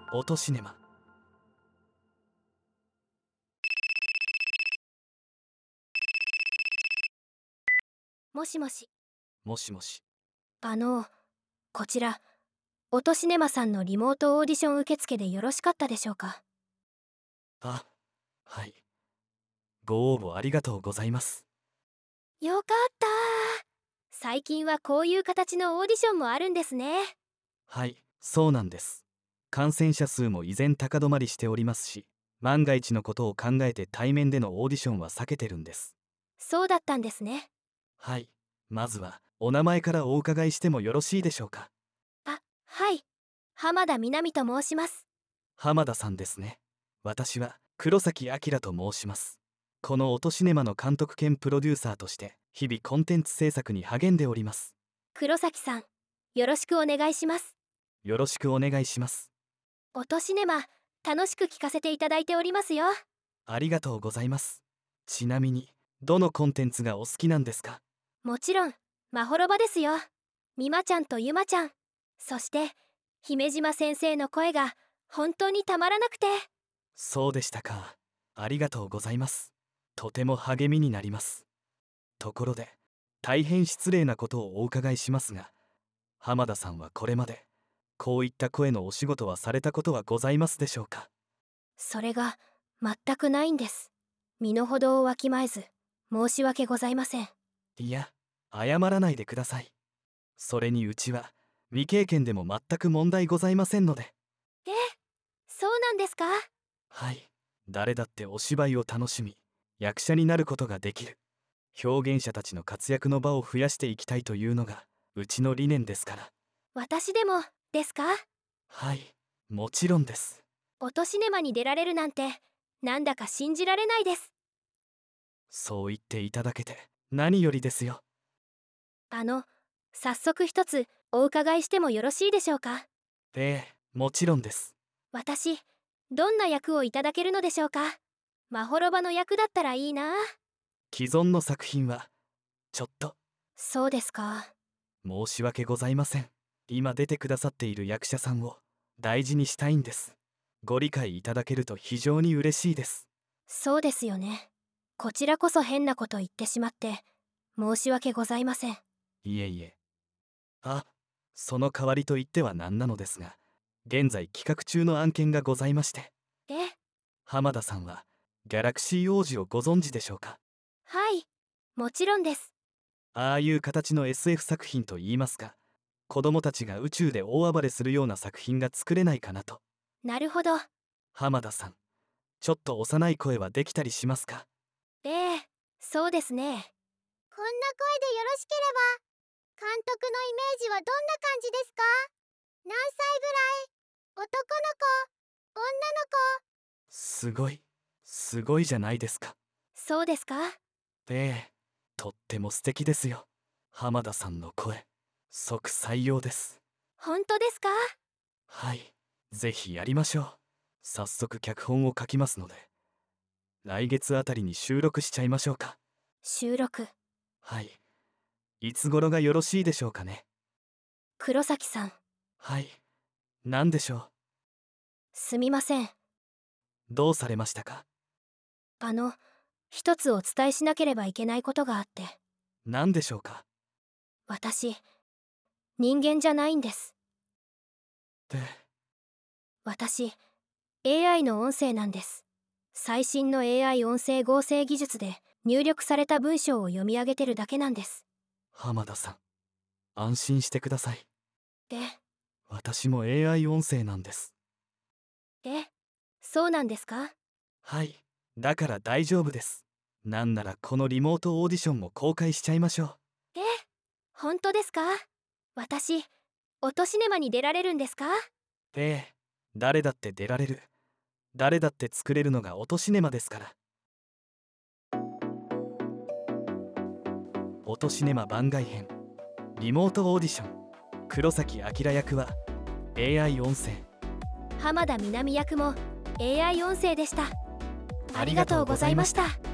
音シネマ。 もしもし。 もしもし。 こちら音シネマさんのリモートオーディション受付でよろしかったでしょうか？ あ、はい。ご応募ありがとうございます。 よかった。最近はこういう形のオーディションもあるんですね。 はい、そうなんです。感染者数も依然高止まりしておりますし、万が一のことを考えて対面でのオーディションは避けてるんです。 そうだったんですね。 はい、まずはお名前からお伺いしてもよろしいでしょうか。 はい。浜田みなみと申します。 浜田さんですね。私は黒崎明と申します。この音シネマの監督兼プロデューサーとして日々コンテンツ制作に励んでおります。 黒崎さん、よろしくお願いします。 よろしくお願いします。 音シネマ、楽しく聞かせていただいておりますよ。 ありがとうございます。ちなみにどのコンテンツがお好きなんですか？ もちろん、まほろばですよ。みまちゃんとゆまちゃん、そして姫島先生の声が本当にたまらなくて。 そうでしたか。ありがとうございます。とても励みになります。ところで、大変失礼なことをお伺いしますが、浜田さんはこれまでこういった声のお仕事はされたことはございますでしょうか？ それが全くないんです。身の程をわきまえず申し訳ございません。 いや、謝らないでください。それにうちは未経験でも全く問題ございませんので。 え、そうなんですか？ はい、誰だってお芝居を楽しみ、役者になることができる。表現者たちの活躍の場を増やしていきたいというのがうちの理念ですから。 私でもですか？ はい、もちろんです。 音シネマに出られるなんてなんだか信じられないです。 そう言っていただけて何よりですよ。 早速一つお伺いしてもよろしいでしょうか？ ええ、もちろんです。 私、どんな役をいただけるのでしょうか？まほろばの役だったらいいな。 既存の作品はちょっと。 そうですか。 申し訳ございません。今出てくださっている役者さんを大事にしたいんです。ご理解いただけると非常に嬉しいです。 そうですよね。こちらこそ変なこと言ってしまって申し訳ございません。 いえいえ。あ、その代わりと言っては何なのですが、現在企画中の案件がございまして。 え、 浜田さんはギャラクシー王子をご存知でしょうか？ はい、もちろんです。 ああいう形の SF 作品といいますか、子供たちが宇宙で大暴れするような作品が作れないかなと。 なるほど。 浜田さん、ちょっと幼い声はできたりしますか？ ええ、そうですね。 こんな声でよろしければ、監督のイメージはどんな感じですか？何歳ぐらい？男の子？女の子？ すごいじゃないですか。 そうですか？ ええ、とっても素敵ですよ。浜田さんの声、即採用です。 本当ですか？ はい、ぜひやりましょう。早速脚本を書きますので、来月あたりに収録しちゃいましょうか。 収録。 はい、いつ頃がよろしいでしょうかね。 黒崎さん、 はい、何でしょう。 すみません。 どうされましたか？ 一つお伝えしなければいけないことがあって。 何でしょうか。 私、人間じゃないんです。 で、 私、AI の音声なんです。最新の AI 音声合成技術で入力された文章を読み上げてるだけなんです。 浜田さん、安心してください。 で、 私も AI 音声なんです。 そうなんですか？ はい、だから大丈夫です。なんならこのリモートオーディションも公開しちゃいましょう。 本当ですか？私、音シネマに出られるんですか？ ええ、誰だって出られる、誰だって作れるのが音シネマですから。音シネマ番外編リモートオーディション、黒崎明役は AI 音声、 浜田みなみ役も AI 音声でした。ありがとうございました。